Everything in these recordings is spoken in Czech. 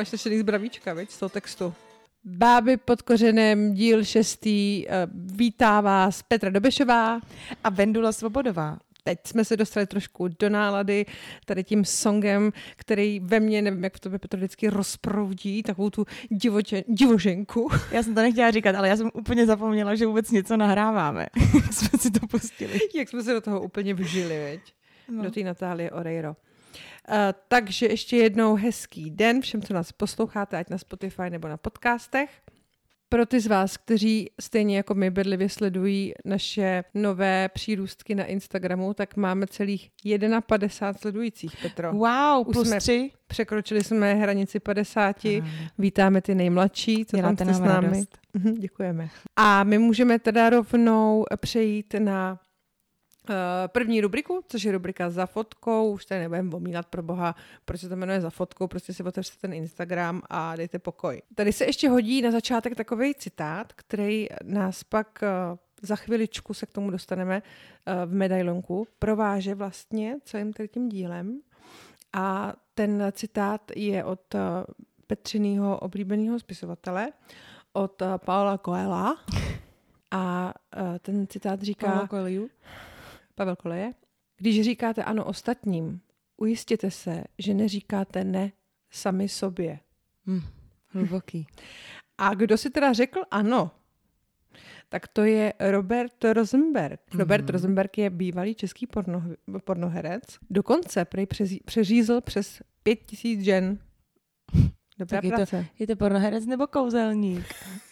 máš slyšený z bravíčka, viď, z toho textu. Báby pod kořenem, díl 6. Vítá vás Petra Dobešová a Vendula Svobodová. Teď jsme se dostali trošku do nálady tady tím songem, který ve mně, nevím, jak v tobě Petro vždycky rozproudí, takovou tu divoženku. Já jsem to nechtěla říkat, ale já jsem úplně zapomněla, že vůbec něco nahráváme. Jak jsme si to pustili. Jak jsme se do toho úplně vžili, veď? No. Do té Natálie Oreiro. Takže ještě jednou hezký den všem, co nás posloucháte, ať na Spotify nebo na podcastech. Pro ty z vás, kteří stejně jako my bedlivě sledují naše nové přírůstky na Instagramu, tak máme celých 51 sledujících, Petro. Wow, plus 3. Překročili jsme hranici 50. Vítáme ty nejmladší, co tam jste s námi. Děkujeme. A my můžeme teda rovnou přejít na první rubriku, což je rubrika Za fotkou. Už tady nebudeme omílat, pro boha, proč se to jmenuje Za fotkou, prostě si otevřete ten Instagram a dejte pokoj. Tady se ještě hodí na začátek takovej citát, který nás pak za chviličku se k tomu dostaneme v medailonku, prováže vlastně celým tím dílem. A ten citát je od Petřinýho oblíbeného spisovatele, od Paula Coelha. A ten citát říká... Pavel Koleje. Když říkáte ano ostatním, ujistěte se, že neříkáte ne sami sobě. Hluboký. A kdo si teda řekl ano, tak to je Robert Rosenberg. Robert Rosenberg je bývalý český pornoherec. Dokonce přeřízl přes 5000 žen. Dobrá práce. Je to pornoherec nebo kouzelník?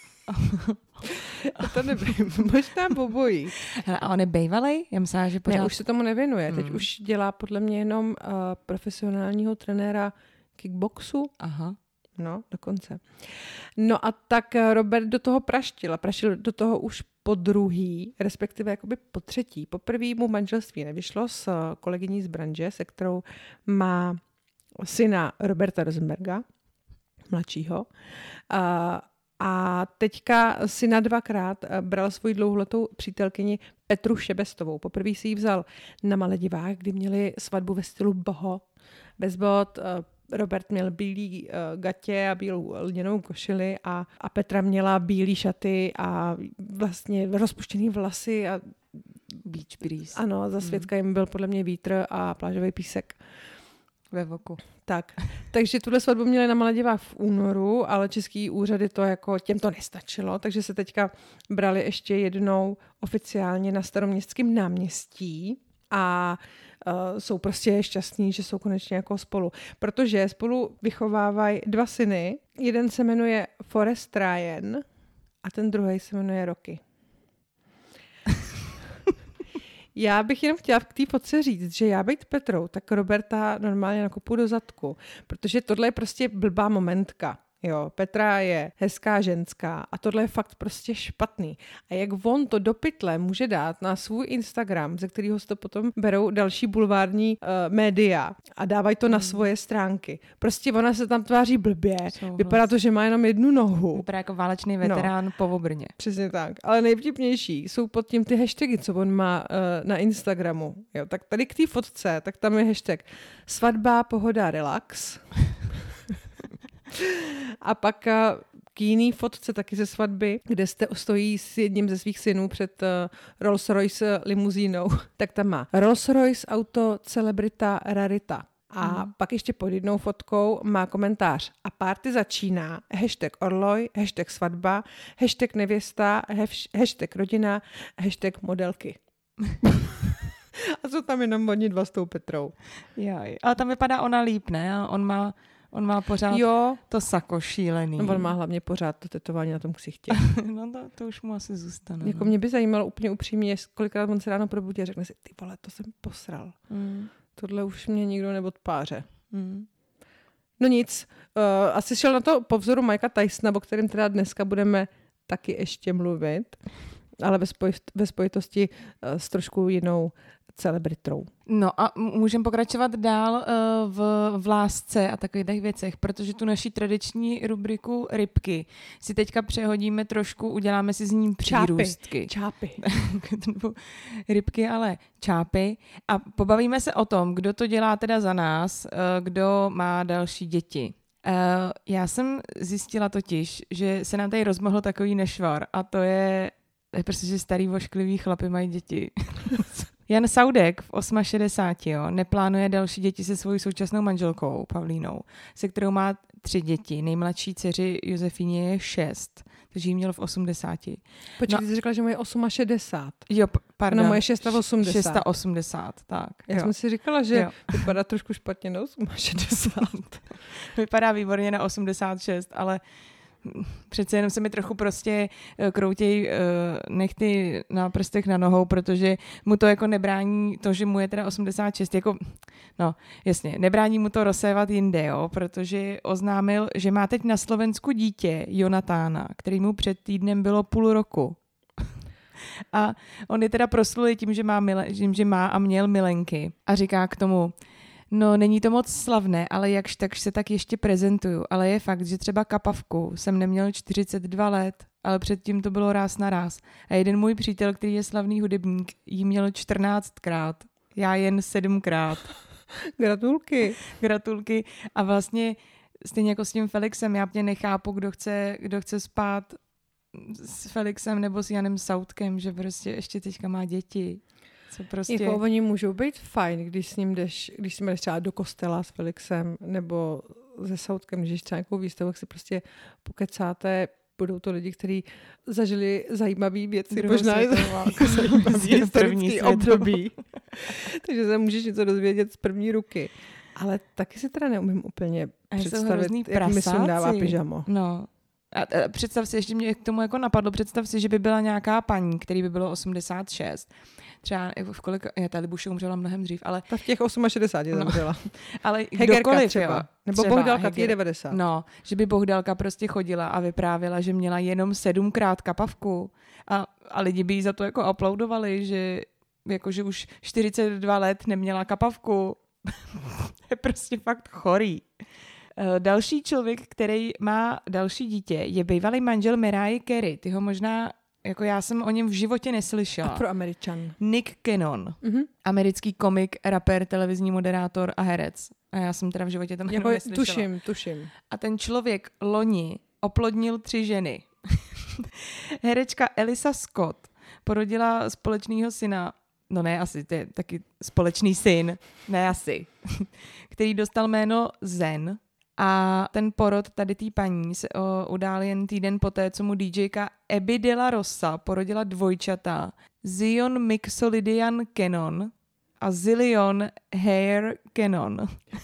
To nevím, možná obojí. Hele, a on je bejvalej? Já myslím, že pořád... Ne, už se tomu nevěnuje. Teď už dělá podle mě jenom profesionálního trenéra kickboxu. Aha. No, dokonce. No a tak Robert do toho praštil. A praštil do toho už po druhý, respektive jakoby po třetí. Po prvý mu manželství nevyšlo s kolegyní z branže, se kterou má syna Roberta Rosenberga, mladšího. A teďka si na 2krát bral svoji dlouholetou přítelkyni Petru Šebestovou. Poprvé si ji vzal na Maledivách, kdy měli svatbu ve stylu boho, bez bod. Robert měl bílý gatě a bílou lněnou košili a Petra měla bílý šaty a vlastně rozpuštěný vlasy a beach breeze. Ano, za svědka jim byl podle mě vítr a plážový písek. Ve voku. Tak, takže tuhle svatbu měli na Maledivách v únoru, ale český úřady to jako těm to nestačilo, takže se teďka brali ještě jednou oficiálně na Staroměstském náměstí a jsou prostě šťastní, že jsou konečně jako spolu. Protože spolu vychovávají 2 syny, jeden se jmenuje Forrest Ryan a ten druhý se jmenuje Rocky. Já bych jenom chtěla v té fotce říct, že já být Petrou, tak Roberta normálně nakopu do zadku, protože tohle je prostě blbá momentka. Jo, Petra je hezká ženská a tohle je fakt prostě špatný. A jak on to do pytle může dát na svůj Instagram, ze kterého se to potom berou další bulvární média a dávají to na svoje stránky. Prostě ona se tam tváří blbě, vypadá to, že má jenom jednu nohu. Vypadá jako válečný veterán po Vobrně. Přesně tak. Ale nejvtipnější jsou pod tím ty hashtagy, co on má na Instagramu. Jo, tak tady k té fotce, tak tam je hashtag svatba, pohoda, relax. A pak k jiný fotce taky ze svatby, kde stojí s jedním ze svých synů před Rolls-Royce limuzínou, tak tam má Rolls-Royce auto celebrita rarita. A pak ještě pod jednou fotkou má komentář a party začíná, hashtag orloj, hashtag svatba, hashtag nevěsta, hashtag rodina, hashtag modelky. A jsou tam jenom oni 2 s tou Petrou. Jaj. Ale tam vypadá ona líp, ne? A on má pořád to sako šílený. No, on má hlavně pořád to tetování na tom ksichtě. No to už mu asi zůstane. Jako mě by zajímalo úplně upřímně, kolikrát on se ráno probudí a řekne si, ty vole, to jsem posral. Tohle už mě nikdo neodpáře. No nic, asi šel na to po vzoru Mikea Tysona, o kterém teda dneska budeme taky ještě mluvit, ale ve spojitosti s trošku jinou celebritou. No a můžeme pokračovat dál v lásce a takových věcech, protože tu naši tradiční rubriku rybky si teďka přehodíme trošku, uděláme si z ní přírůstky. Čápy. Rybky, ale čápy. A pobavíme se o tom, kdo to dělá teda za nás, kdo má další děti. Já jsem zjistila totiž, že se nám tady rozmohl takový nešvar a to je prostě, že starý vošklivý chlapi mají děti. Jan Saudek v 68, neplánuje další děti se svojí současnou manželkou Pavlínou, se kterou má 3 děti. Nejmladší dceři Josefíně je 6, takže jí měl v 80. Počkej, jsi řekla, že moje 68. Jo, pardon. No, moje 680. 680, tak. Já jsem si říkala, že vypadá trošku špatně na 68. Vypadá výborně na 86, ale přece jenom se mi trochu prostě kroutěj nechty na prstech na nohou, protože mu to jako nebrání to, že mu je teda 86, jako, no jasně, nebrání mu to rozsévat jinde, jo, protože oznámil, že má teď na Slovensku dítě Jonatána, který mu před týdnem bylo půl roku. A on je teda proslulý tím, že má a měl milenky a říká k tomu: no, není to moc slavné, ale jakž takž se tak ještě prezentuju. Ale je fakt, že třeba kapavku jsem neměl 42 let, ale předtím to bylo ráz na ráz. A jeden můj přítel, který je slavný hudebník, jí měl 14krát. Já jen 7krát. Gratulky. A vlastně stejně jako s tím Felixem, já mě nechápu, kdo chce spát s Felixem nebo s Janem Saudkem, že prostě ještě teďka má děti. Co prostě... Jako oni můžou být fajn, když s ním jdeš třeba do kostela s Felixem nebo se Saudkem, když třeba nějakou výstavu, jak si prostě pokecáte. Budou to lidi, kteří zažili zajímavé věci, možná i zajímavé historické období. Takže se můžeš něco dozvědět z první ruky. Ale taky si teda neumím úplně představit, jak mi sundává pyžamo. No. A představ si, ještě mě k tomu jako napadlo, představ si, že by byla nějaká paní, který by bylo 86. Třeba v kolika, ta Libuše umřela mnohem dřív, ale... Ta v těch 68 zemřela. Ale kdokoliv třeba. Nebo Bohdalka, je 90. No, že by Bohdalka prostě chodila a vyprávěla, že měla jenom 7krát kapavku a lidi by jí za to jako aplaudovali, že jakože už 42 let neměla kapavku. Je prostě fakt chorý. Další člověk, který má další dítě, je bývalý manžel Mariah Carey. Ty ho možná, jako já jsem o něm v životě neslyšela. Afroameričan. Nick Cannon. Mm-hmm. Americký komik, rapper, televizní moderátor a herec. A já jsem teda v životě tam jako neslyšela. Tuším. A ten člověk loni oplodnil 3 ženy. Herečka Elisa Scott porodila společného syna, no ne asi, to je taky společný syn, ne asi, který dostal jméno Zen. A ten porod tady té paní se udál jen týden poté, co mu DJka Abby de la Rosa porodila dvojčata Zion Mixolydian Cannon a Zillion Hair Cannon.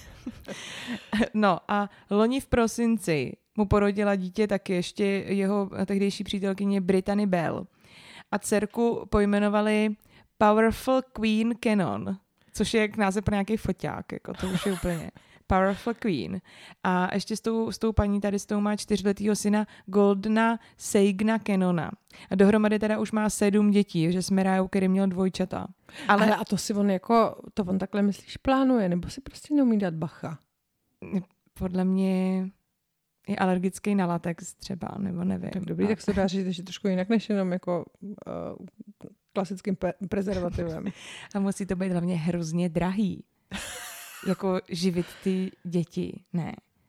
No a loni v prosinci mu porodila dítě taky ještě jeho tehdejší přítelkyně Brittany Bell. A dcerku pojmenovali Powerful Queen Cannon, což je název pro nějaký foťák, jako to už je úplně... Powerful Queen. A ještě s tou paní tady s tou má 4letýho syna Goldna Seigna Cannona. A dohromady teda už má 7 dětí, že s Mariah Carey měl dvojčata. Ale a to si on jako, to on takhle myslíš plánuje, nebo si prostě neumí dát bacha? Podle mě je alergický na latex třeba, nebo nevím. Tak dobrý, tak se dá říct, že trošku jinak než jenom jako klasickým prezervativem. A musí to být hlavně hrozně drahý. Jako živit ty děti, ne.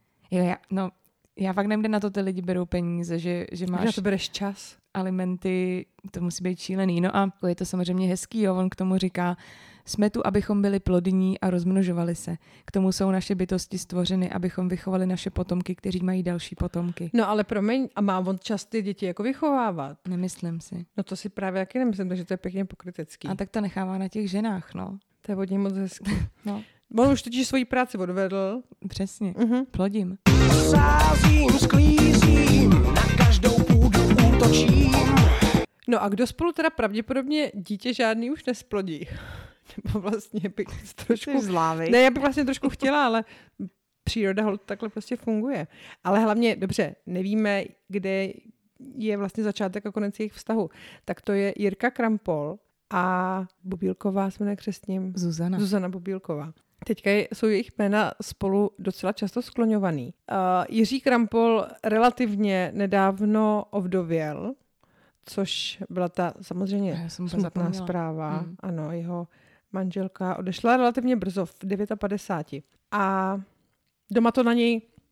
Já fakt nevím, kde na to ty lidi berou peníze, že máš... Na to bereš čas. Alimenty, to musí být šílený. No a je to samozřejmě hezký, jo, on k tomu říká, jsme tu, abychom byli plodní a rozmnožovali se. K tomu jsou naše bytosti stvořeny, abychom vychovali naše potomky, kteří mají další potomky. No ale promiň, a má on čas ty děti jako vychovávat? Nemyslím si. No to si právě jaký nemyslím, takže to je pěkně pokrytecký. A tak to nechává na těch ženách, no. To je od něj moc hezký. No. On už totiž svoji práci odvedl. Přesně, plodím. Sázím, sklízím, na každou půdu útočím. No a kdo spolu teda pravděpodobně dítě žádný už nesplodí? Nebo vlastně bych trošku... Zlávy. Ne, já bych vlastně trošku chtěla, ale příroda holt takhle prostě funguje. Ale hlavně, dobře, nevíme, kde je vlastně začátek a konec jejich vztahu. Tak to je Jirka Krampol a Bubílková, se jmenuje křestním. Zuzana Bubílková. Teďka jsou jejich jména spolu docela často skloňovaný. Jiří Krampol relativně nedávno ovdověl, což byla ta samozřejmě smutná zpráva. Ano, jeho manželka odešla relativně brzo, v 59. A doma to na něj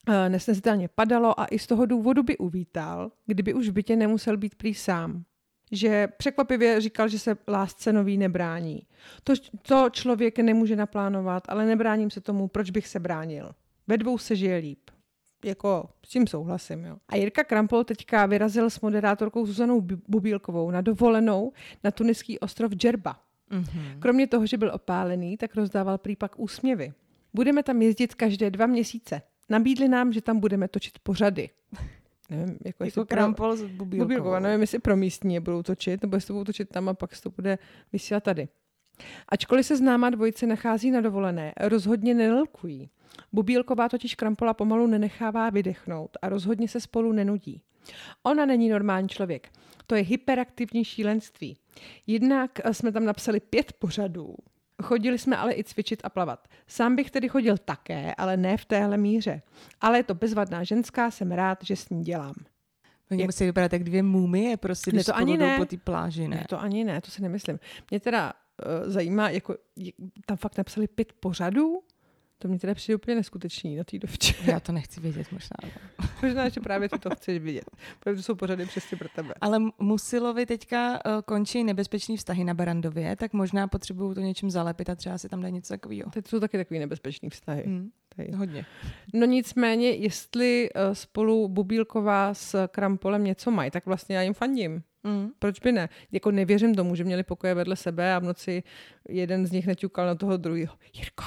nesnesitelně padalo a i z toho důvodu by uvítal, kdyby už v bytě nemusel být prý sám. Že překvapivě říkal, že se lásce nový nebrání. To člověk nemůže naplánovat, ale nebráním se tomu, proč bych se bránil. Ve dvou se žije líp. Jako s tím souhlasím. Jo. A Jirka Krampol teďka vyrazil s moderátorkou Zuzanou Bubílkovou na dovolenou na tuniský ostrov Džerba. Mm-hmm. Kromě toho, že byl opálený, tak rozdával prý pak úsměvy. Budeme tam jezdit každé 2 měsíce. Nabídli nám, že tam budeme točit pořady. Nevím, jako Krampol s Bubílkovou. Nevím, jestli pro místní je budou točit, nebo jestli to budou točit tam a pak se to bude vysílat tady. Ačkoliv se známá dvojice nachází na dovolené, rozhodně nelelkují. Bubílková totiž Krampola pomalu nenechává vydechnout a rozhodně se spolu nenudí. Ona není normální člověk. To je hyperaktivní šílenství. Jednak jsme tam napsali 5 pořadů. Chodili jsme ale i cvičit a plavat. Sám bych tedy chodil také, ale ne v téhle míře. Ale je to bezvadná ženská, jsem rád, že s ní dělám. Oni musí vypadat jak 2 mumie, prostě, když spolu jdou po té pláži, ne? To ani ne, to si nemyslím. Mě teda zajímá, jako tam fakt napsali 5 pořadů? To mě teda přijde úplně neskutečný na té dovče. Já to nechci vědět možná. Možná, že právě ty to chceš vidět. Protože to jsou pořady přesně pro tebe. Ale Musilovi teďka končí nebezpečný vztahy na Barandově, tak možná potřebují to něčím zalepit a třeba si tam dá něco takového. Teď jsou taky takový nebezpečný vztahy. Hodně. No nicméně, jestli spolu Bubílková s Krampolem něco mají, tak vlastně já jim fandím. Proč by ne? Jako nevěřím tomu, že měli pokoje vedle sebe a v noci jeden z nich neťukal na toho druhého. Jirko!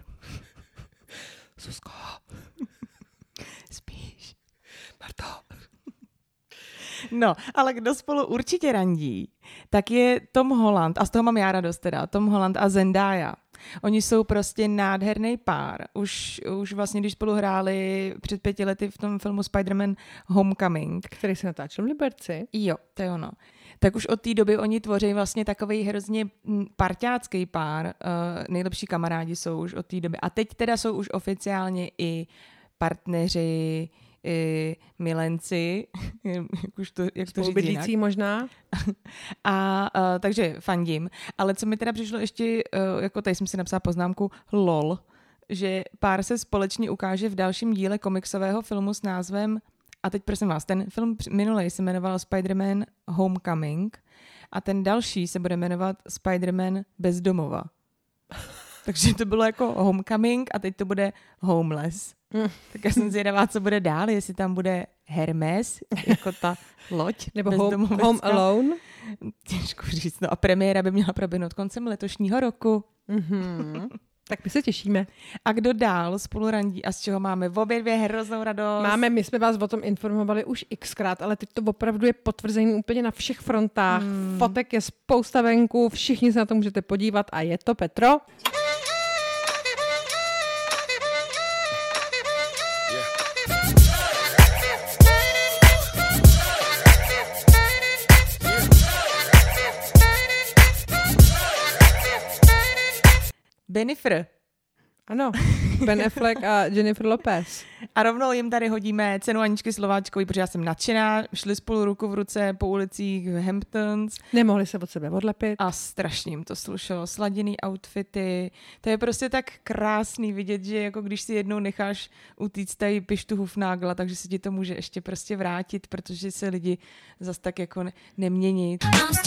Zuzko! Spíš. Marto! No, ale kdo spolu určitě randí, tak je Tom Holland, a z toho mám já radost teda, Tom Holland a Zendaya. Oni jsou prostě nádherný pár. Už vlastně, když spolu hráli před 5 lety v tom filmu Spider-Man Homecoming. Který se natáčel v Liberci. Jo, to je ono. Tak už od té doby oni tvoří vlastně takovej hrozně parťácký pár. Nejlepší kamarádi jsou už od té doby. A teď teda jsou už oficiálně i partneři, i milenci, jak to říct jinak. Možná. A takže fandím. Ale co mi teda přišlo ještě, jako tady jsem si napsala poznámku, lol, že pár se společně ukáže v dalším díle komiksového filmu s názvem, a teď prosím vás, ten film minulej se jmenoval Spider-Man Homecoming a ten další se bude jmenovat Spider-Man Bezdomova. Takže to bylo jako Homecoming a teď to bude Homeless. Tak já jsem zvědavá, co bude dál, jestli tam bude Hermes, jako ta loď. Nebo Home Alone. Těžko říct. No a premiéra by měla proběhnout koncem letošního roku. Mm-hmm. Tak my se těšíme. A kdo dál spolu randí a z čeho máme obě 2 hroznou radost? My jsme vás o tom informovali už xkrát, ale teď to opravdu je potvrzení úplně na všech frontách. Fotek je spousta venku, všichni se na to můžete podívat a je to Petro. Bennifer. Ano, Ben Affleck a Jennifer Lopez. A rovnou jim tady hodíme cenu Aničky Slováčkový, protože já jsem nadšená. Šli spolu ruku v ruce po ulicích v Hamptons. Nemohli se od sebe odlepit. A strašně jim to slušelo. Sladěný outfity. To je prostě tak krásný vidět, že jako když si jednou necháš utíct tady pištu hufnágla, takže se ti to může ještě prostě vrátit, protože se lidi zas tak jako nemění.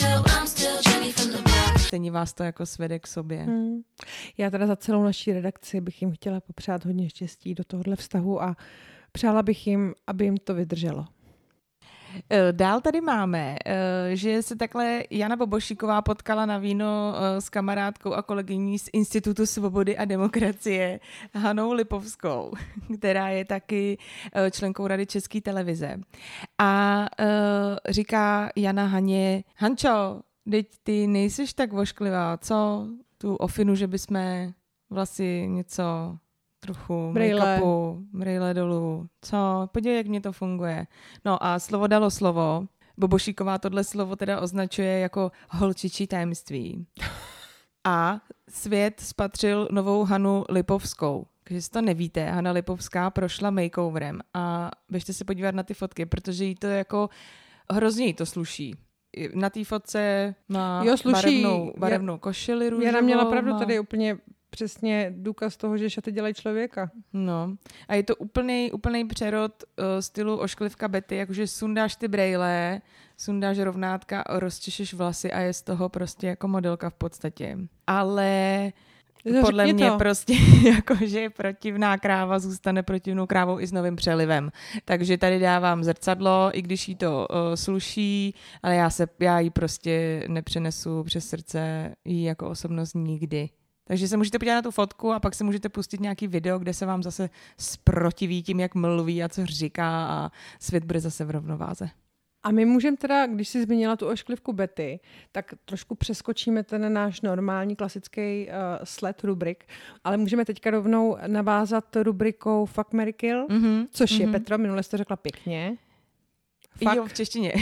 Stejně vás to jako svede k sobě. Já teda za celou naší redakci bych jim chtěla popřát hodně štěstí do tohohle vztahu a přála bych jim, aby jim to vydrželo. Dál tady máme, že se takhle Jana Bobošíková potkala na víno s kamarádkou a kolegyní z Institutu svobody a demokracie Hanou Lipovskou, která je taky členkou Rady České televize. A říká Jana Haně, Hančo, teď ty nejseš tak vošklivá, co? Tu ofinu, že bychom vlasy něco trochu make-upu, brejle dolů. Co? Podívej, jak mě to funguje. No a slovo dalo slovo. Bobošíková tohle slovo teda označuje jako holčičí tajemství. A svět spatřil novou Hanu Lipovskou. Když to nevíte, Hana Lipovská prošla makeoverem a běžte se podívat na ty fotky, protože jí to jako hrozně jí to sluší. Na té fotce má barevnou košili růžovou. Jana měla pravdu, tady úplně přesně důkaz toho, že šaty dělají člověka. No a je to úplný přerod stylu ošklivka Betty, jakože sundáš ty brejle, sundáš rovnátka, rozčešeš vlasy a je z toho prostě jako modelka v podstatě. Ale podle mě prostě jakože protivná kráva zůstane protivnou krávou i s novým přelivem. Takže tady dávám zrcadlo, i když jí to sluší, ale já jí prostě nepřenesu přes srdce jí jako osobnost nikdy. Takže se můžete podívat na tu fotku a pak se můžete pustit nějaký video, kde se vám zase zprotiví tím, jak mluví a co říká a svět bude zase v rovnováze. A my můžeme teda, když jsi zmínila tu ošklivku Betty, tak trošku přeskočíme ten náš normální klasický sled rubrik, ale můžeme teďka rovnou navázat rubrikou Fuck, Marry, Kill, což je, Petro, minule jsi to řekla pěkně. Fuck. Jo, v češtině.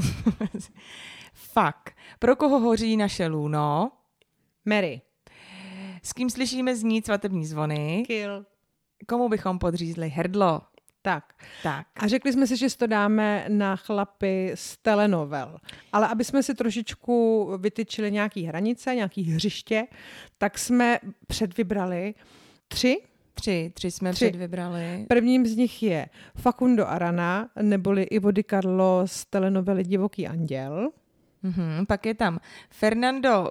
Fuck. Pro koho hoří naše lůno? Marry. S kým slyšíme znít svatební zvony? Kill. Komu bychom podřízli hrdlo? Tak. A řekli jsme si, že si to dáme na chlapy z telenovel. Ale aby jsme si trošičku vytyčili nějaký hranice, nějaký hřiště, tak jsme předvybrali 3. Tři jsme předvybrali. Prvním z nich je Facundo Arana, neboli Ivo Di Carlo z telenovely Divoký anděl. Pak je tam Fernando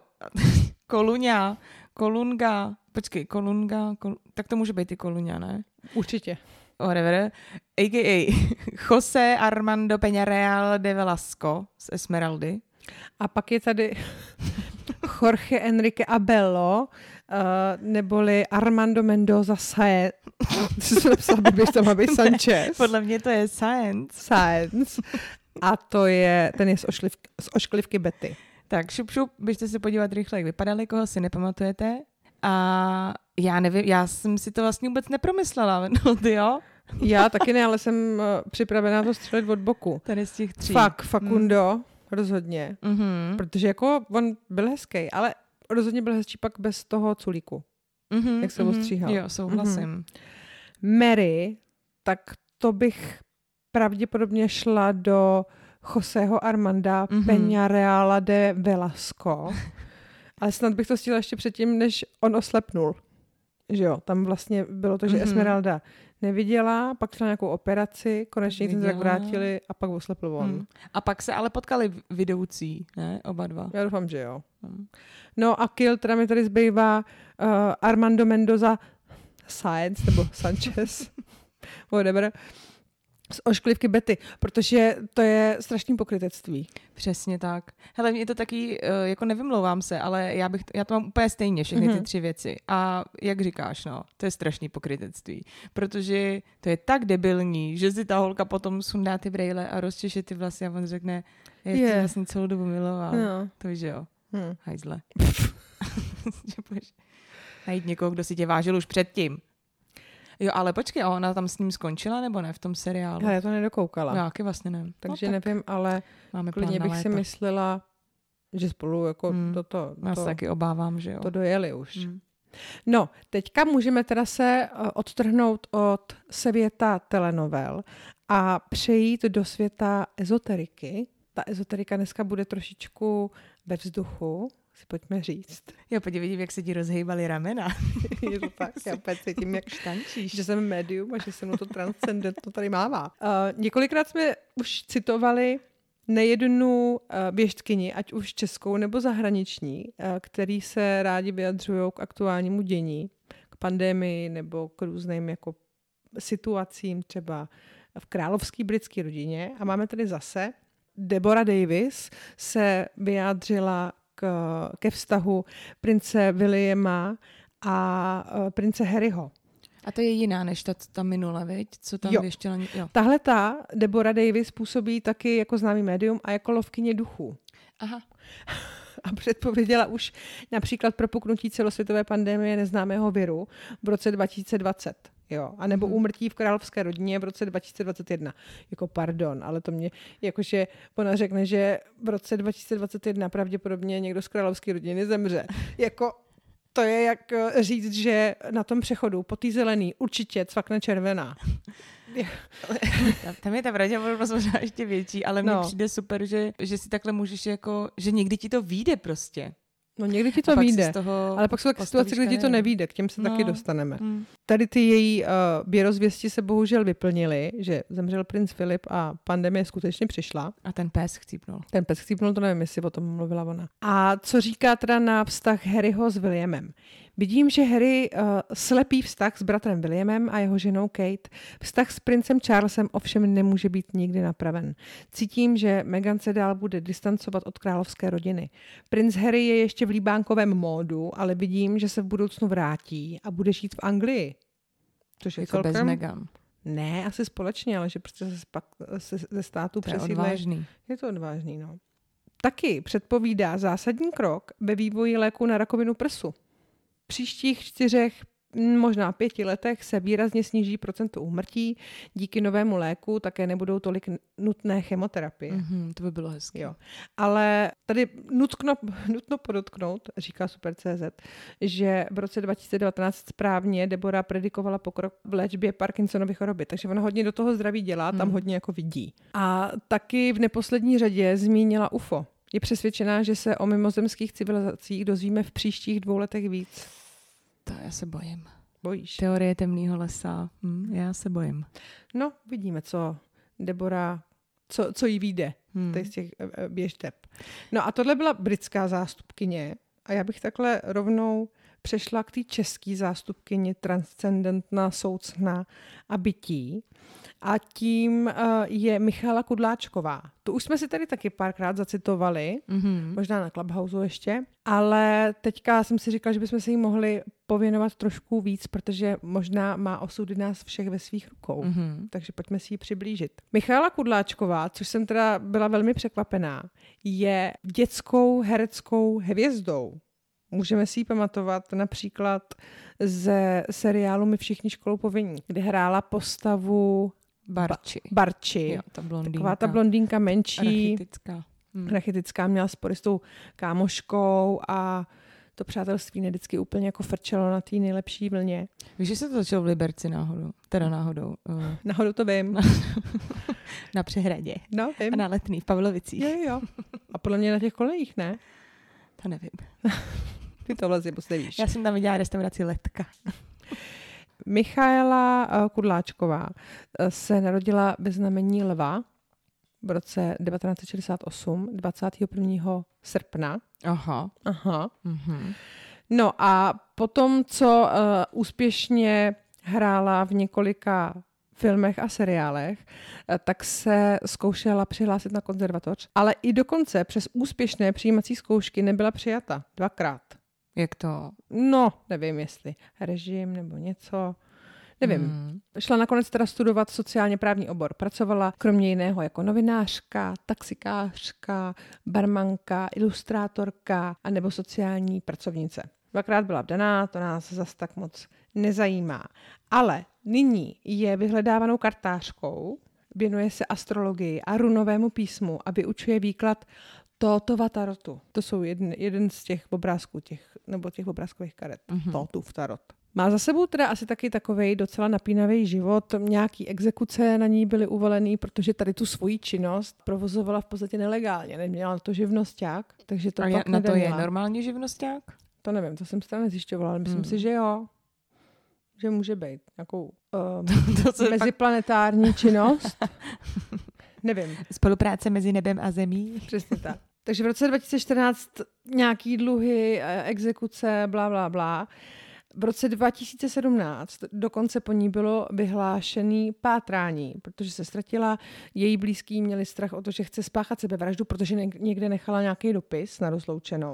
Colunga, tak to může být i Colunga, ne? Určitě. Whatever, a.k.a. José Armando Peñareal de Velasco z Esmeraldy. A pak je tady Jorge Enrique Abello, neboli Armando Mendoza Saenz. Tam má být Sanchez. Podle mě to je Saenz. A ten je z ošklivky Betty. Tak šup, běžte se podívat rychle, jak vypadali, koho si nepamatujete. A já nevím, já jsem si to vlastně vůbec nepromyslela, no ty jo? Já taky ne, ale jsem připravená to střelit od boku. Tady z těch 3. Facundo, rozhodně. Protože jako on byl hezký, ale rozhodně byl hezčí pak bez toho culíku. Jak se ostříhal. Jo, souhlasím. Mary, tak to bych pravděpodobně šla do Joseho Armanda Peñareala de Velasco. Ale snad bych to stihla ještě předtím, než on oslepnul. Že jo, tam vlastně bylo to, že Esmeralda neviděla, pak šla nějakou operaci, konečně se tak vrátili a pak oslepl on. A pak se ale potkali vidoucí, ne? Oba dva. Já doufám, že jo. No a kill, teda mi tady zbývá Armando Mendoza Saenz, nebo Sanchez, whatever, z ošklivky Betty, protože to je strašný pokrytectví. Přesně tak. Hele, mě to taky, jako nevymlouvám se, ale já to mám úplně stejně, všechny ty 3 věci. A jak říkáš, no, to je strašný pokrytectví, protože to je tak debilní, že si ta holka potom sundá ty brejle a rozčeše ty vlasy a on řekne, já tě vlastně celou dobu miloval. No. To víš, že jo. Hajzle. Že budeš najít někoho, kdo si tě vážil už předtím. Jo, ale počkej, a ona tam s ním skončila, nebo ne, v tom seriálu? Já to nedokoukala. Já taky vlastně nevím. Takže nevím, ale klidně bych si myslela, že spolu jako Já se taky obávám, že jo. To dojeli už. No, teďka můžeme teda se odtrhnout od světa telenovel a přejít do světa ezoteriky. Ta ezoterika dneska bude trošičku ve vzduchu, si pojďme říct. Jo, vidím, jak se ti rozhejbaly ramena. Je to tak, já opět cítím, jak štančíš. Že jsem médium a že se mnou to transcendentno tady mává. Několikrát jsme už citovali nejednu věštkyni, ať už českou nebo zahraniční, který se rádi vyjadřují k aktuálnímu dění, k pandemii nebo k různým jako situacím třeba v královské britské rodině. A máme tady zase Deborah Davis se vyjádřila ke vztahu prince Williama a prince Harryho. A to je jiná než ta minule, viď? Co tam věštěla? Jo. Tahle ta Deborah Davis působí taky jako známý médium a jako lovkyně duchů. Aha. A předpověděla už například propuknutí celosvětové pandemie neznámého viru v roce 2020. Jo, a nebo úmrtí v královské rodině v roce 2021. Jako pardon, ale to mě, jakože ona řekne, že v roce 2021 pravděpodobně někdo z královské rodiny zemře. Jako to je jak říct, že na tom přechodu po té zelený určitě cvakne červená. Tam je ta pravděpodobnost možná ještě větší, ale mně přijde super, že si takhle můžeš jako, že někdy ti to vyjde prostě. No někdy ti to vyjde, ale pak jsou taky situace, kdy ti to nevyjde, k těm se taky dostaneme. Tady ty její běrozvěsti se bohužel vyplnily, že zemřel princ Filip a pandemie skutečně přišla. A ten pes chcípnul. Ten pes chcípnul, to nevím, jestli o tom mluvila ona. A co říká teda na vztah Harryho s Williamem? Vidím, že Harry slepý vztah s bratrem Williamem a jeho ženou Kate. Vztah s princem Charlesem ovšem nemůže být nikdy napraven. Cítím, že Meghan se dál bude distancovat od královské rodiny. Princ Harry je ještě v líbánkovém módu, ale vidím, že se v budoucnu vrátí a bude žít v Anglii. Což je jako celkem... bez Meghan. Ne, asi společně, ale že prostě se ze státu přesídlí. To je odvážný. Je to odvážný, no. Taky předpovídá zásadní krok ve vývoji léku na rakovinu prsu. V příštích 4, možná 5 letech se výrazně sníží procento úmrtí. Díky novému léku také nebudou tolik nutné chemoterapie. To by bylo hezké. Jo. Ale tady nutno podotknout, říká Super.cz, že v roce 2019 správně Deborah predikovala pokrok v léčbě Parkinsonovy choroby, takže ona hodně do toho zdraví dělá, tam hodně jako vidí. A taky v neposlední řadě zmínila UFO. Je přesvědčená, že se o mimozemských civilizacích dozvíme v příštích 2 letech víc. To já se bojím. Bojíš? Teorie temného lesa. Já se bojím. No, vidíme, co Deborah, co jí vyjde z těch běžteb. No a tohle byla britská zástupkyně a já bych takhle rovnou přešla k té české zástupkyni transcendentná, soucná a bytí. A tím je Michaela Kudláčková. Tu už jsme si tady taky párkrát zacitovali, možná na Clubhouse ještě, ale teďka jsem si říkala, že bychom se jí mohli pověnovat trošku víc, protože možná má osudy nás všech ve svých rukou. Takže pojďme si ji přiblížit. Michaela Kudláčková, což jsem teda byla velmi překvapená, je dětskou hereckou hvězdou. Můžeme si ji pamatovat například ze seriálu My všichni školou povinní, kde hrála postavu Barči. Jo, taková ta blondýnka menší. Rachitická. Měla spory s tou kámoškou a to přátelství vždycky úplně jako frčelo na té nejlepší vlně. Víš, že se to začalo v Liberci náhodou? Teda náhodou. Náhodou to vím. Na Přehradě. No, vím. A na Letný v Pavlovicích. Jo. A podle mě na těch kolejích, ne? To nevím. Ty to vlastně nevíš. Já jsem tam viděla restauraci Letka. Michaela Kudláčková se narodila ve znamení lva v roce 1968, 21. srpna. Aha. No a potom, co úspěšně hrála v několika filmech a seriálech, tak se zkoušela přihlásit na konzervatoř, ale i dokonce přes úspěšné přijímací zkoušky nebyla přijata 2krát. Jak to? No, nevím, jestli režim nebo něco. Nevím. Šla nakonec teda studovat sociálně právní obor. Pracovala kromě jiného jako novinářka, taxikářka, barmanka, ilustrátorka a nebo sociální pracovnice. 2krát byla vdaná, to nás zas tak moc nezajímá. Ale nyní je vyhledávanou kartářkou, věnuje se astrologii a runovému písmu a vyučuje výklad Tótova tarotu. To jsou jeden z těch obrázků, těch obrázkových karet. Tótův tarot. Má za sebou teda asi taky takovej docela napínavý život. Nějaký exekuce na ní byly uvalený, protože tady tu svoji činnost provozovala v podstatě nelegálně. Neměla na to živnosťák, takže to pak na to je normální živnosťák? To nevím, to jsem se tam nezjišťovala, ale myslím si, že jo. Že může být nějakou meziplanetární činnost. Nevím. Spolupráce mezi nebem a zemí. Přesně tak. Takže v roce 2014 nějaký dluhy, exekuce, blá, blá, blá. V roce 2017 dokonce po ní bylo vyhlášený pátrání, protože se ztratila. Její blízký měli strach o to, že chce spáchat sebevraždu, protože někde nechala nějaký dopis na rozloučenou.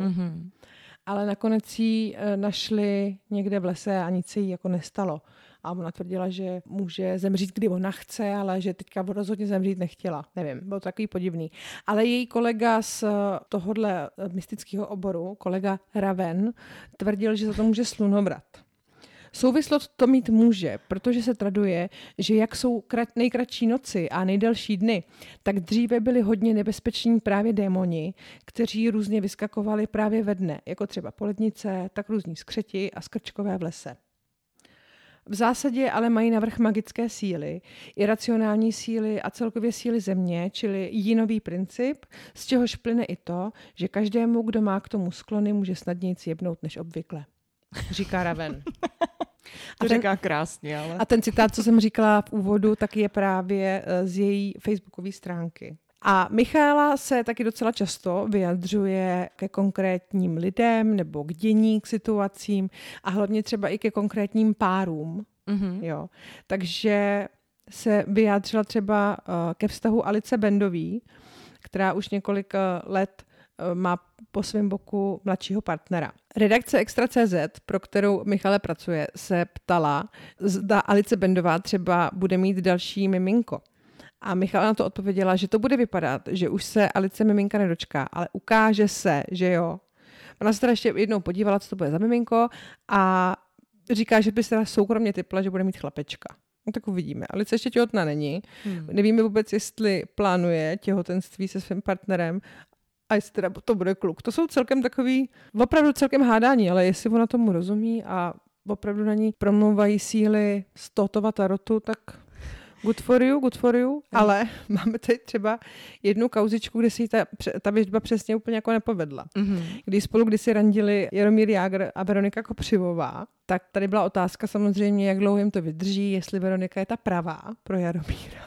Ale nakonec ji našli někde v lese a nic se jí jako nestalo. A ona tvrdila, že může zemřít, kdy ona chce, ale že teďka rozhodně zemřít nechtěla. Nevím, bylo to takový podivný. Ale její kolega z tohohle mystického oboru, kolega Raven, tvrdil, že za to může slunovrat. Souvislost to mít může, protože se traduje, že jak jsou nejkratší noci a nejdelší dny, tak dříve byli hodně nebezpeční právě démoni, kteří různě vyskakovali právě ve dne, jako třeba polednice, tak různí skřeti a skrčkové v lese. V zásadě ale mají navrch magické síly, iracionální síly a celkově síly země, čili jinový princip, z čehož plyne i to, že každému, kdo má k tomu sklony, může snadněji jebnout než obvykle. Říká Raven. To říká krásně, ale... A ten citát, co jsem říkala v úvodu, tak je právě z její facebookové stránky. A Michaela se taky docela často vyjadřuje ke konkrétním lidem nebo k dění, k situacím a hlavně třeba i ke konkrétním párům. Mm-hmm. Jo. Takže se vyjádřila třeba ke vztahu Alice Bendový, která už několik let má po svém boku mladšího partnera. Redakce Extra.cz, pro kterou Michale pracuje, se ptala, zda Alice Bendová třeba bude mít další miminko. A Michala na to odpověděla, že to bude vypadat, že už se Alice miminka nedočká, ale ukáže se, že jo. Ona se teda ještě jednou podívala, co to bude za miminko a říká, že by se teda soukromně tipla, že bude mít chlapečka. No tak uvidíme. Alice ještě těhotná není. Nevíme vůbec, jestli plánuje těhotenství se svým partnerem a jestli teda to bude kluk. To jsou celkem takový, opravdu celkem hádání, ale jestli ona tomu rozumí a opravdu na ní promlouvají síly z Totova tarotu, tak good for you. Ale máme tady třeba jednu kauzičku, kde si ta věžba přesně úplně jako nepovedla. Mm-hmm. Když spolu kdysi randili Jaromír Jágr a Veronika Kopřivová, tak tady byla otázka samozřejmě, jak dlouho jim to vydrží, jestli Veronika je ta pravá pro Jaromíra.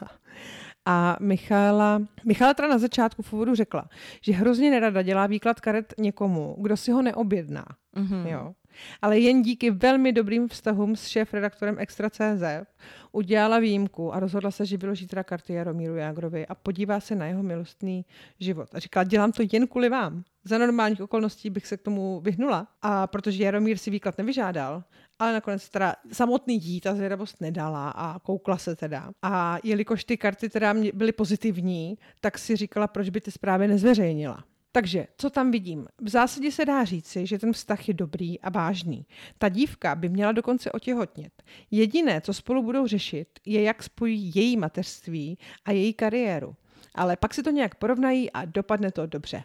A Michala teda na začátku v úvodu řekla, že hrozně nerada dělá výklad karet někomu, kdo si ho neobjedná. Mm-hmm. Jo. Ale jen díky velmi dobrým vztahům s šéfredaktorem Extra.cz udělala výjimku a rozhodla se, že vyloží teda karty Jaromíru Jágrovi a podívá se na jeho milostný život. A říkala, dělám to jen kvůli vám. Za normálních okolností bych se k tomu vyhnula, a protože Jaromír si výklad nevyžádal, ale nakonec teda samotný jí ta zvědavost nedala a koukla se teda. A jelikož ty karty teda byly pozitivní, tak si říkala, proč by ty zprávy nezveřejnila. Takže, co tam vidím? V zásadě se dá říci, že ten vztah je dobrý a vážný. Ta dívka by měla dokonce otěhotnět. Jediné, co spolu budou řešit, je, jak spojí její mateřství a její kariéru. Ale pak si to nějak porovnají a dopadne to dobře.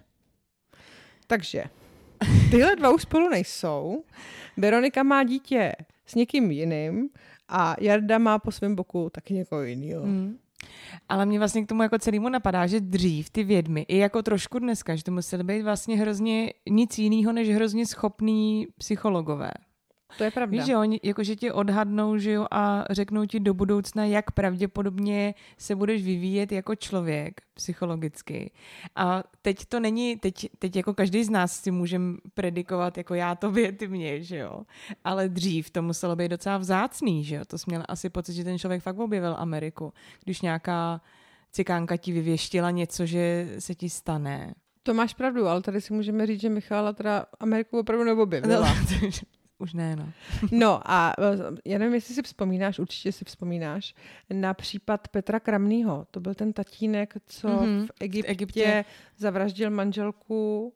Takže, tyhle dva už spolu nejsou. Veronika má dítě s někým jiným a Jarda má po svém boku taky někoho jinýho. Ale mě vlastně k tomu jako celému napadá, že dřív ty vědmy, i jako trošku dneska, že to museli být vlastně hrozně nic jiného, než hrozně schopný psychologové. To je pravda. Víš, že oni jakože tě odhadnou, že jo, a řeknou ti do budoucna, jak pravděpodobně se budeš vyvíjet jako člověk psychologicky. A teď to není, teď jako každý z nás si můžeme predikovat, jako já tobě, ty mě, že jo. Ale dřív to muselo být docela vzácný, že jo. To jsi měl asi pocit, že ten člověk fakt objevil Ameriku, když nějaká cikánka ti vyvěštila něco, že se ti stane. To máš pravdu, ale tady si můžeme říct, že Michala teda Ameriku opravdu neobjevila. Už ne, no. No a já nevím, jestli si vzpomínáš, určitě si vzpomínáš, na případ Petra Kramnýho. To byl ten tatínek, co v Egyptě zavraždil manželku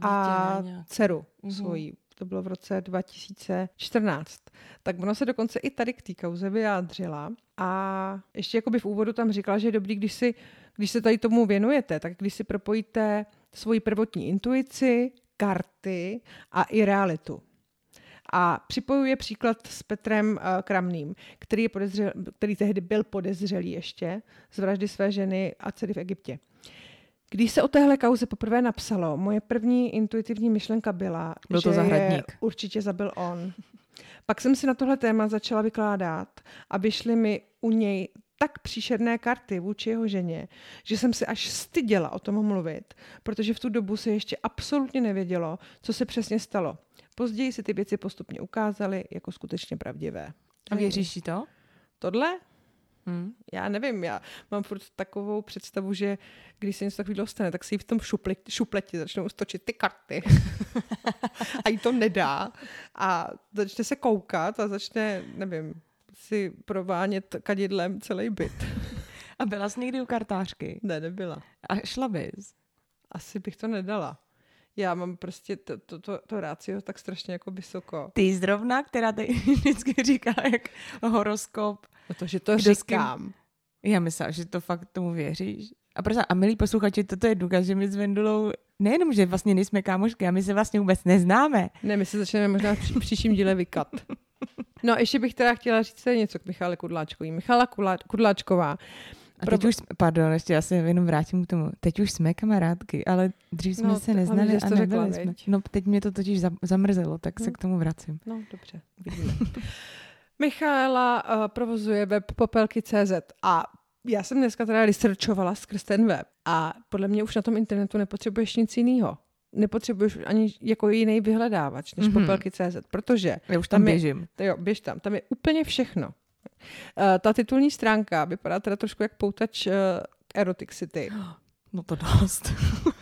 a dceru svojí. To bylo v roce 2014. Tak ono se dokonce i tady k té kauze vyjádřila a ještě jakoby v úvodu tam říkala, že je dobrý, když se tady tomu věnujete, tak když si propojíte svoji prvotní intuici, karty a i realitu. A připojuje příklad s Petrem Kramným, který tehdy byl podezřelý ještě z vraždy své ženy a dcery v Egyptě. Když se o téhle kauze poprvé napsalo, moje první intuitivní myšlenka byla, že je určitě zabil on. Pak jsem si na tohle téma začala vykládat a vyšly mi u něj tak příšerné karty vůči jeho ženě, že jsem se až styděla o tom mluvit, protože v tu dobu se ještě absolutně nevědělo, co se přesně stalo. Později se ty věci postupně ukázaly jako skutečně pravdivé. A věříš ti to? Tohle? Já nevím, já mám furt takovou představu, že když se něco takového stane, tak si v tom šupleti začnou stočit ty karty a jí to nedá a začne se koukat a začne, nevím, si provánět kadidlem celý byt. A byla jsi někdy u kartářky? Ne, nebyla. A šla bys? Asi bych to nedala. Já mám prostě to rácio tak strašně jako vysoko. Ty zrovna, která tady vždycky říká jak horoskop. No to, že to říkám. Já myslím, že to fakt tomu věříš. A milí posluchači, toto je důkaz, že my s Vendulou nejenom, že vlastně nejsme kámošky, a my se vlastně vůbec neznáme. Ne, my se začneme možná v příštím díle vykat. No ještě bych teda chtěla říct něco k Michale Kudláčkový. Michala Kudláčková. A teď už, pardon, ještě já se jenom vrátím k tomu. Teď už jsme kamarádky, ale dřív jsme se neznali a nebyli jsme. No teď mě to totiž zamrzelo, tak se k tomu vracím. No dobře, vidíme. Michala provozuje web popelky.cz a já jsem dneska teda researchovala skrz ten web a podle mě už na tom internetu nepotřebuješ nic jiného. Nepotřebuješ ani jako jiný vyhledávač než popelky.cz, protože já už tam běžím. Běž tam je úplně všechno. Ta titulní stránka vypadá teda trošku jak poutač Erotic City. No to dost.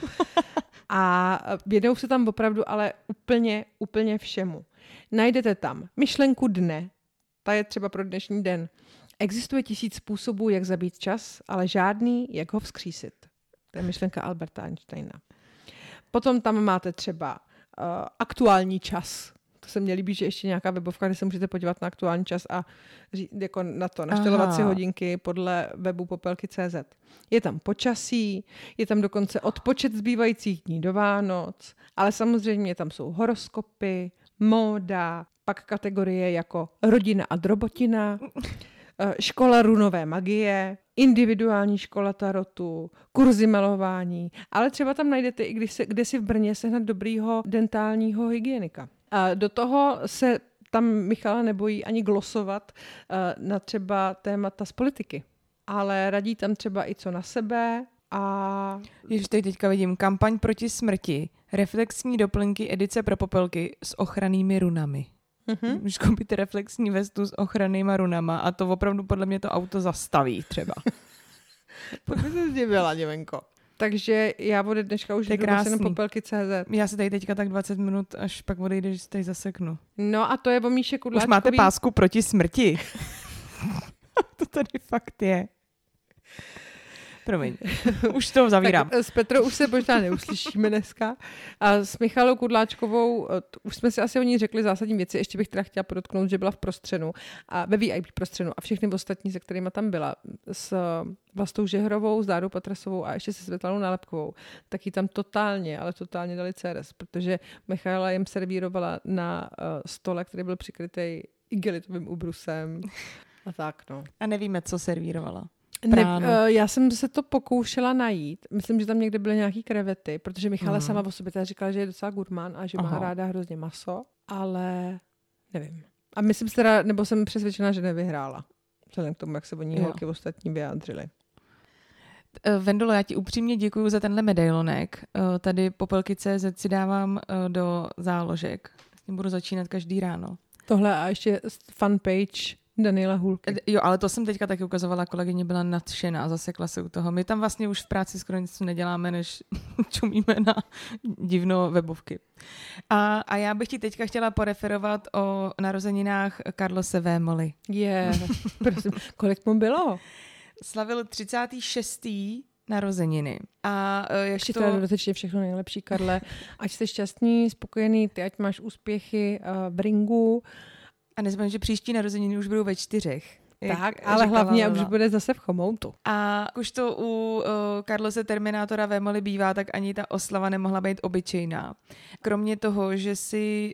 A vědou se tam opravdu ale úplně všemu. Najdete tam myšlenku dne, ta je třeba pro dnešní den. Existuje 1000 způsobů, jak zabít čas, ale žádný, jak ho vzkřísit. To je myšlenka Alberta Einsteina. Potom tam máte třeba aktuální čas. To se mně líbí, že ještě nějaká webovka, kde se můžete podívat na aktuální čas a jako na to, naštělovat si hodinky podle webu popelky.cz. Je tam počasí, je tam dokonce odpočet zbývajících dní do Vánoc, ale samozřejmě tam jsou horoskopy, móda, pak kategorie jako rodina a drobotina, škola runové magie, individuální škola tarotu, kurzy malování, ale třeba tam najdete i kde si v Brně sehnat dobrýho dentálního hygienika. A do toho se tam Michala nebojí ani glosovat na třeba témata z politiky, ale radí tam třeba i co na sebe a... Jež teďka vidím kampaň proti smrti, reflexní doplňky edice pro popelky s ochrannými runami. Můžeš koupit reflexní vestu s ochrannýma runama a to opravdu podle mě to auto zastaví třeba. Pokud se zdivila, Něvenko. Takže já od dneška už jdu na popelky.cz. Já se tady teďka tak 20 minut, až pak odejdeš, že se tady zaseknu. No a to je o Míše Kudláčkový. Už máte pásku proti smrti. To tady fakt je. Promiň, už to zavírám. Tak s Petrou už se možná neuslyšíme dneska. A s Michalou Kudláčkovou, už jsme si asi o ní řekli zásadní věci, ještě bych teda chtěla podotknout, že byla v prostřenu, a ve VIP prostřenu a všechny ostatní, se kterými tam byla, s Vlastou Žehrovou, s Dárou Patrasovou a ještě se Světlanou Nálepkovou, tak jí tam totálně dali CRS, protože Michala jim servírovala na stole, který byl přikrytý igelitovým ubrusem a tak, no. A nevíme, co servírovala. Já jsem se to pokoušela najít. Myslím, že tam někde byly nějaký krevety, protože Michala sama o sobě říkala, že je docela gurmán a že má ráda hrozně maso, ale nevím. A myslím si teda, nebo jsem přesvědčena, že nevyhrála. Vzhledem k tomu, jak se o ní holky ostatní vyjádřili. Vendolo, já ti upřímně děkuju za tenhle medailonek. Tady popelky.cz si dávám do záložek. S tím budu začínat každý ráno. Tohle a ještě fanpage Daniela Hůlky. Jo, ale to jsem teďka taky ukazovala, kolegyně byla nadšená a zasekla se u toho. My tam vlastně už v práci skoro nic neděláme, než čumíme na divno webovky. A já bych ti teďka chtěla poreferovat o narozeninách Carlose Vémoly. Prosím, kolik mu bylo? Slavil 36. narozeniny. A ještě to... teda dotečně všechno nejlepší, Karle. Ať jsi šťastný, spokojený, ty ať máš úspěchy v ringu. A nezapomeň, že příští narozeniny už budou ve 4. Tak, ale hlavně už bude zase v Chomoutu. A už to u Carlose Terminátora Vémoly bývá, tak ani ta oslava nemohla být obyčejná. Kromě toho, že si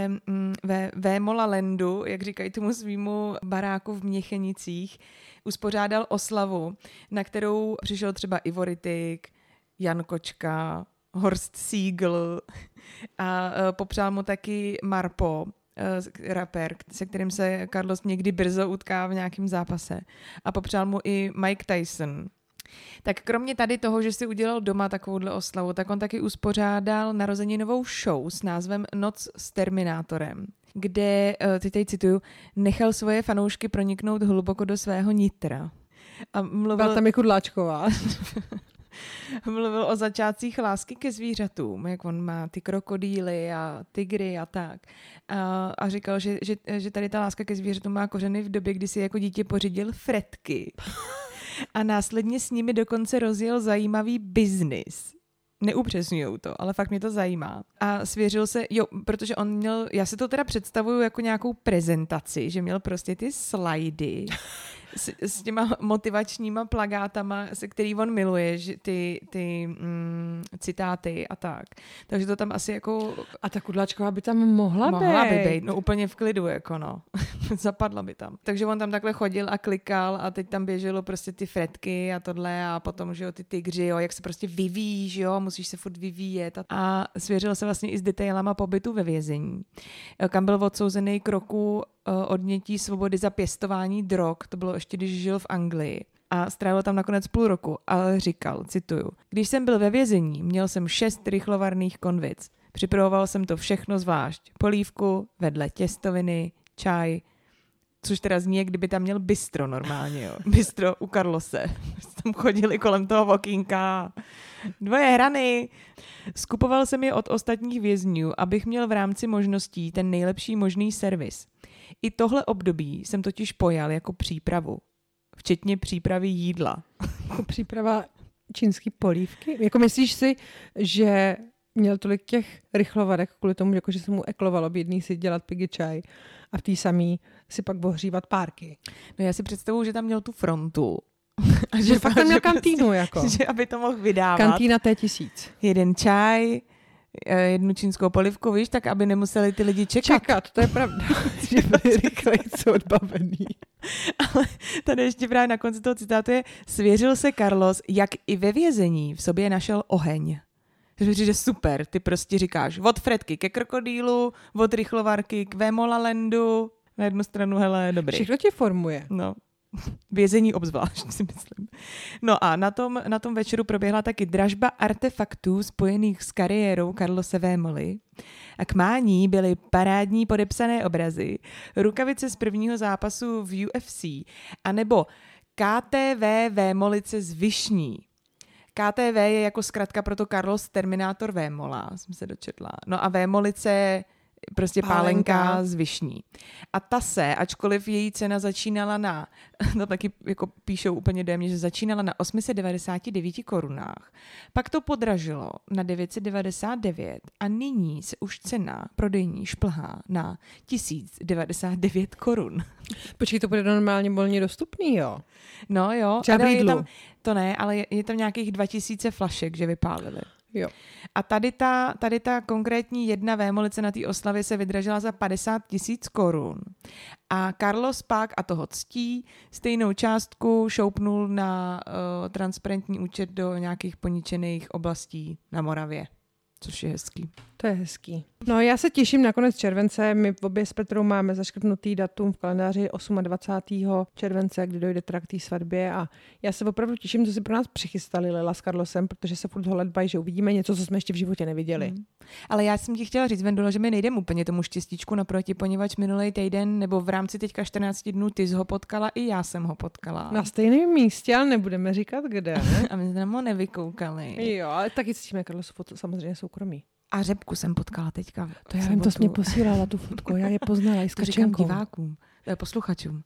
ve Vémola Landu, jak říkají tomu svýmu baráku v Měchenicích, uspořádal oslavu, na kterou přišel třeba Ivo Rittig, Jan Kočka, Horst Siegel a popřál mu taky Marpo, rapper, se kterým se Carlos někdy brzo utká v nějakém zápase. A popřál mu i Mike Tyson. Tak kromě tady toho, že si udělal doma takovouhle oslavu, tak on taky uspořádal narozeninovou show s názvem Noc s Terminátorem, kde, teď tady cituju, nechal svoje fanoušky proniknout hluboko do svého nitra. A byla tam i Kudláčková. Mluvil o začátcích lásky ke zvířatům, jak on má ty krokodýly a tygry a tak. A říkal, že tady ta láska ke zvířatům má kořeny v době, kdy si jako dítě pořídil fretky. A následně s nimi dokonce rozjel zajímavý biznis. Neupřesňujou to, ale fakt mě to zajímá. A svěřil se, protože on měl, já si to teda představuju jako nějakou prezentaci, že měl prostě ty slajdy s těma motivačníma plagátama, se který on miluje, že ty citáty a tak. Takže to tam asi jako... A ta Kudláčková by tam mohla být. No úplně v klidu, jako no. Zapadla by tam. Takže on tam takhle chodil a klikal a teď tam běželo prostě ty fretky a tohle a potom, že jo, ty tygři, jo, jak se prostě vyvíjíš, jo, musíš se furt vyvíjet. A svěřil se vlastně i s detailama pobytu ve vězení, kam byl odsouzený k roku odnětí svobody za pěstování drog, to bylo ještě, když žil v Anglii. A strávil tam nakonec půl roku, ale říkal, cituju, když jsem byl ve vězení, měl jsem 6 rychlovarných konvic. Připravoval jsem to všechno zvlášť. Polívku, vedle těstoviny, čaj, což teda zní, kdyby tam měl bistro normálně, jo. Bistro u Carlose. Tam chodili kolem toho okýnka. 2 hrany. Skupoval jsem je od ostatních vězňů, abych měl v rámci možností ten nejlepší možný servis. I tohle období jsem totiž pojal jako přípravu. Včetně přípravy jídla. Jako příprava čínský polívky? Jako myslíš si, že měl tolik těch rychlovarek kvůli tomu, jako že se mu eklovalo v jedný si dělat pigi čaj a v té samý si pak ohřívat párky? No já si představuju, že tam měl tu frontu. A že fakt tam měl kantýnu, jako. Že aby to mohl vydávat. Kantýna T1000. Jeden čaj, jednu čínskou polivku, víš, tak aby nemuseli ty lidi čekat. To je pravda. Že byli rychleji odbavený. Ale tady ještě právě na konci toho citátu je: svěřil se Carlos, jak i ve vězení v sobě našel oheň. Že super, ty prostě říkáš od fretky ke krokodýlu, od rychlovarky k Vémolalandu, na jednu stranu, hele, dobrý. Všechno tě formuje. No. Vězení obzvlášť, si myslím. No a na tom večeru proběhla taky dražba artefaktů spojených s kariérou Carlose Vémoly. A k mání byly parádní podepsané obrazy, rukavice z prvního zápasu v UFC, anebo KTV Vémolice z Vyšní. KTV je jako zkratka pro to Carlos Terminátor Vémola, jsem se dočetla. No a Vémolice prostě pálenka z Vyšní. A ta se, ačkoliv její cena začínala na, to taky jako píšou úplně dojemně, že začínala na 899 korunách. Pak to podražilo na 999 a nyní se už cena prodejní šplhá na 1099 korun. Počkej, to bude normálně volně dostupný, jo? No jo. Je tam, to ne, ale je tam nějakých 2000 flašek, že vypálili. Jo. A tady ta konkrétní jedna Vémolice na té oslavě se vydražila za 50 000 korun. A Carlos pak, a toho ctí, stejnou částku šoupnul na transparentní účet do nějakých poničených oblastí na Moravě. Což je hezký. To je hezký. No já se těším na konec července. My obě s Petrou máme zaškrtnutý datum v kalendáři 28. července, kdy dojde teda k té svatbě a já se opravdu těším, co si pro nás přichystali Lela s Carlosem, protože se furt holedbají, že uvidíme něco, co jsme ještě v životě neviděli. Ale já jsem ti chtěla říct, Vendula, že my nejdeme úplně tomu štěstíčku naproti, poněvadž minulý týden nebo v rámci teďka 14 dnů ty jsi ho potkala, i já jsem ho potkala. Na stejném místě, ale nebudeme říkat kde. Ne? A my jsme ho nevykoukali. Jo, ale taky cítíme Carlosu samozřejmě soukromí. A Řepku jsem potkala teďka. To já jim to mě posílala, tu fotku. Já je poznala i s Kačenkou. Divákům, posluchačům.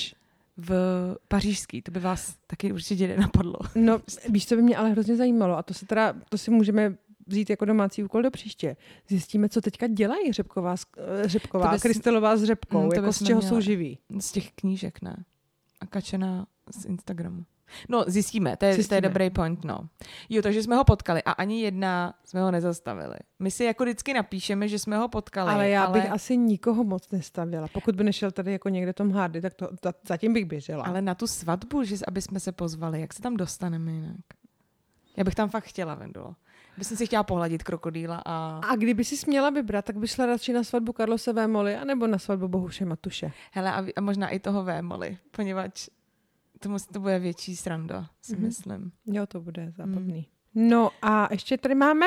V pařížský, to by vás taky určitě nenapadlo. No, víš, co by mě ale hrozně zajímalo, a to si můžeme vzít jako domácí úkol do příště. Zjistíme, co teďka dělají Řepková a Krystelová s Řepkou, jako z čeho jsou živí. Z těch knížek, ne? A Kačena z Instagramu. No, zjistíme, to je dobrý point, no. Jo, takže jsme ho potkali a ani jedna jsme ho nezastavili. My si jako vždycky napíšeme, že jsme ho potkali. Ale já bych asi nikoho moc nestavila. Pokud by nešel tady jako někde Tom Hardy, tak to zatím bych běžela. Ale na tu svatbu, že aby jsme se pozvali, jak se tam dostaneme jinak? Já bych tam fakt chtěla, Vendulo. Bych si chtěla pohladit krokodýla a... A kdyby si směla vybrat, tak by šla radši na svatbu Carlose Vémoly, anebo na svatbu Bohuše Matuše? Hele, a možná i toho Vémoly, poněvadž to bude větší sranda, si myslím. Jo, to bude zábavný. No a ještě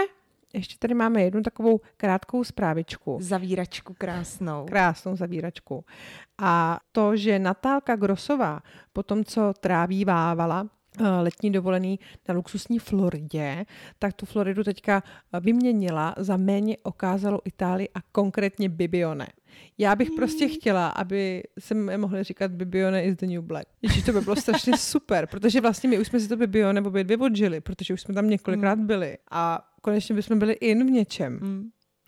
tady máme jednu takovou krátkou zprávičku. Zavíračku krásnou. Krásnou zavíračku. A to, že Natálka Grossová po tom, co vávala letní dovolený na luxusní Floridě, tak tu Floridu teďka vyměnila za méně okázalou Itálii a konkrétně Bibione. Já bych prostě chtěla, aby se mohli říkat Bibione is the new black. Ježiš, to by bylo strašně super, protože vlastně my už jsme si to Bibione obě dvě odžili, protože už jsme tam několikrát byli a konečně bychom byli in v něčem.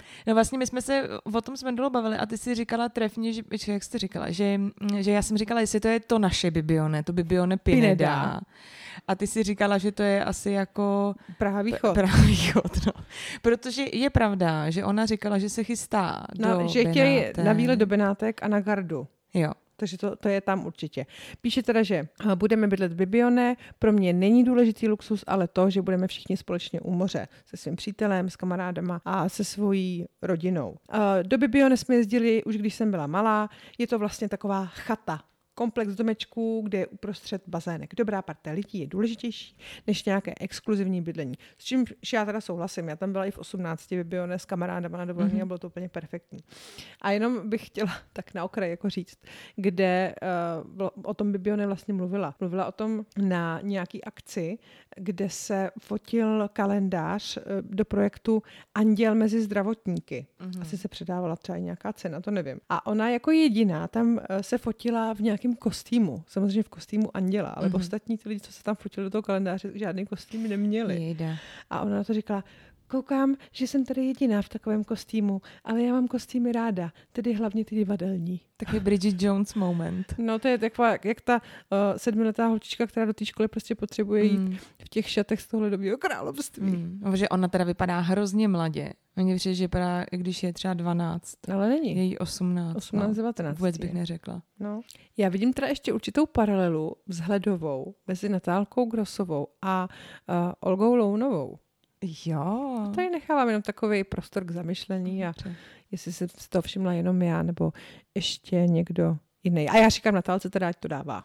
No vlastně my jsme se o tom s Vendulou bavili a ty si říkala trefně, že jak jsi říkala, že já jsem říkala, jestli to je to naše Bibione, to Bibione Pineda. A ty si říkala, že to je asi jako... Praha východ. Praha východ, no. Protože je pravda, že ona říkala, že se chystá do že chtěli na výlet do Benátek a na Gardu. Jo. Takže to je tam určitě. Píše teda, že budeme bydlet v Bibione, pro mě není důležitý luxus, ale to, že budeme všichni společně u moře se svým přítelem, s kamarádama a se svojí rodinou. Do Bibione jsme jezdili už když jsem byla malá, je to vlastně taková chata. Komplex domečků, kde je uprostřed bazének. Dobrá parta lidí je důležitější než nějaké exkluzivní bydlení. S čímž já teda souhlasím. Já tam byla i v 18 Bibione s kamarádama na dovolení a bylo to úplně perfektní. A jenom bych chtěla tak na okraj jako říct, kde o tom Bibione vlastně mluvila. Mluvila o tom na nějaký akci, kde se fotil kalendář do projektu Anděl mezi zdravotníky. Asi se předávala třeba i nějaká cena, to nevím. A ona jako jediná tam se fotila v nějakém kostýmu. Samozřejmě v kostýmu anděla, ale ostatní ty lidi, co se tam fotili do toho kalendáře, žádný kostýmy neměli. Jejda. A ona to říkala, koukám, že jsem tady jediná v takovém kostýmu, ale já mám kostýmy ráda, tedy hlavně ty divadelní. Takový Bridget Jones moment. No to je taková, jak ta 7letá holčička, která do té školy prostě potřebuje jít v těch šatech z tohle dobího království. Že ona teda vypadá hrozně mladě. Mně přijde, že vypadá, když je třeba 12. Ale není. Je jí 18. 18, 19. Vůbec bych neřekla. No. Já vidím teda ještě určitou paralelu vzhledovou mezi Natálkou Grossovou a Olgou Lounovou. Jo. Tady nechávám jenom takový prostor k zamyšlení a jestli si to všimla jenom já nebo ještě někdo jiný. A já říkám Natálce teda, ať to dává.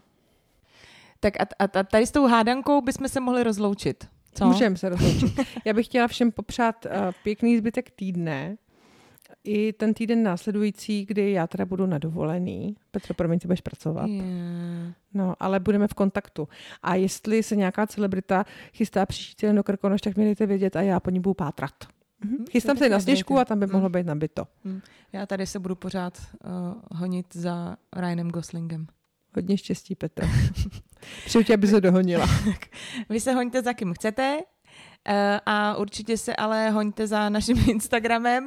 Tak a tady s tou hádankou bychom se mohli rozloučit. Co? Můžeme se rozloučit. Já bych chtěla všem popřát pěkný zbytek týdne. I ten týden následující, kdy já teda budu na dovolený. Petro, promiň, ty budeš pracovat. No, ale budeme v kontaktu. A jestli se nějaká celebrita chystá příští týden do Krkonoš, tak mi dejte vědět a já po ní budu pátrat. Chystám se na Sněžku a tam by mohlo být nabito. Já tady se budu pořád honit za Ryanem Goslingem. Hodně štěstí, Petro. Přeju tě, aby se dohonila. Vy se hoňte za kým chcete a určitě se ale hoňte za naším Instagramem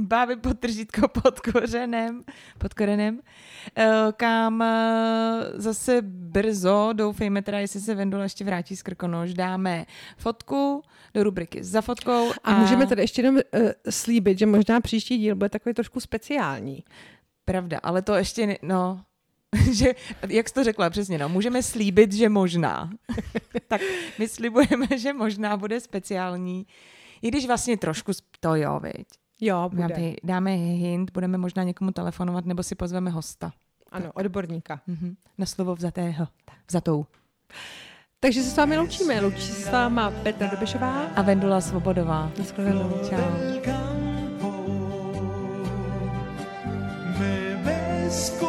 bávy_podkořenem, kam zase brzo, doufejme teda, jestli se Vendula ještě vrátí z Krkonoš, dáme fotku do rubriky za fotkou. A můžeme tedy ještě jenom slíbit, že možná příští díl bude takový trošku speciální. Pravda, ale to ještě, že, jak jsi to řekla přesně, můžeme slíbit, že možná. Tak my slibujeme, že možná bude speciální. I když vlastně trošku to viď. Jo, bude. Dáme hint, budeme možná někomu telefonovat, nebo si pozveme hosta. Ano, tak. Odborníka. Na slovo vzatou. Takže se s vámi loučíme. Loučí se s váma Petra Dobešová a Vendula Svobodová. Naschledanou. Čau.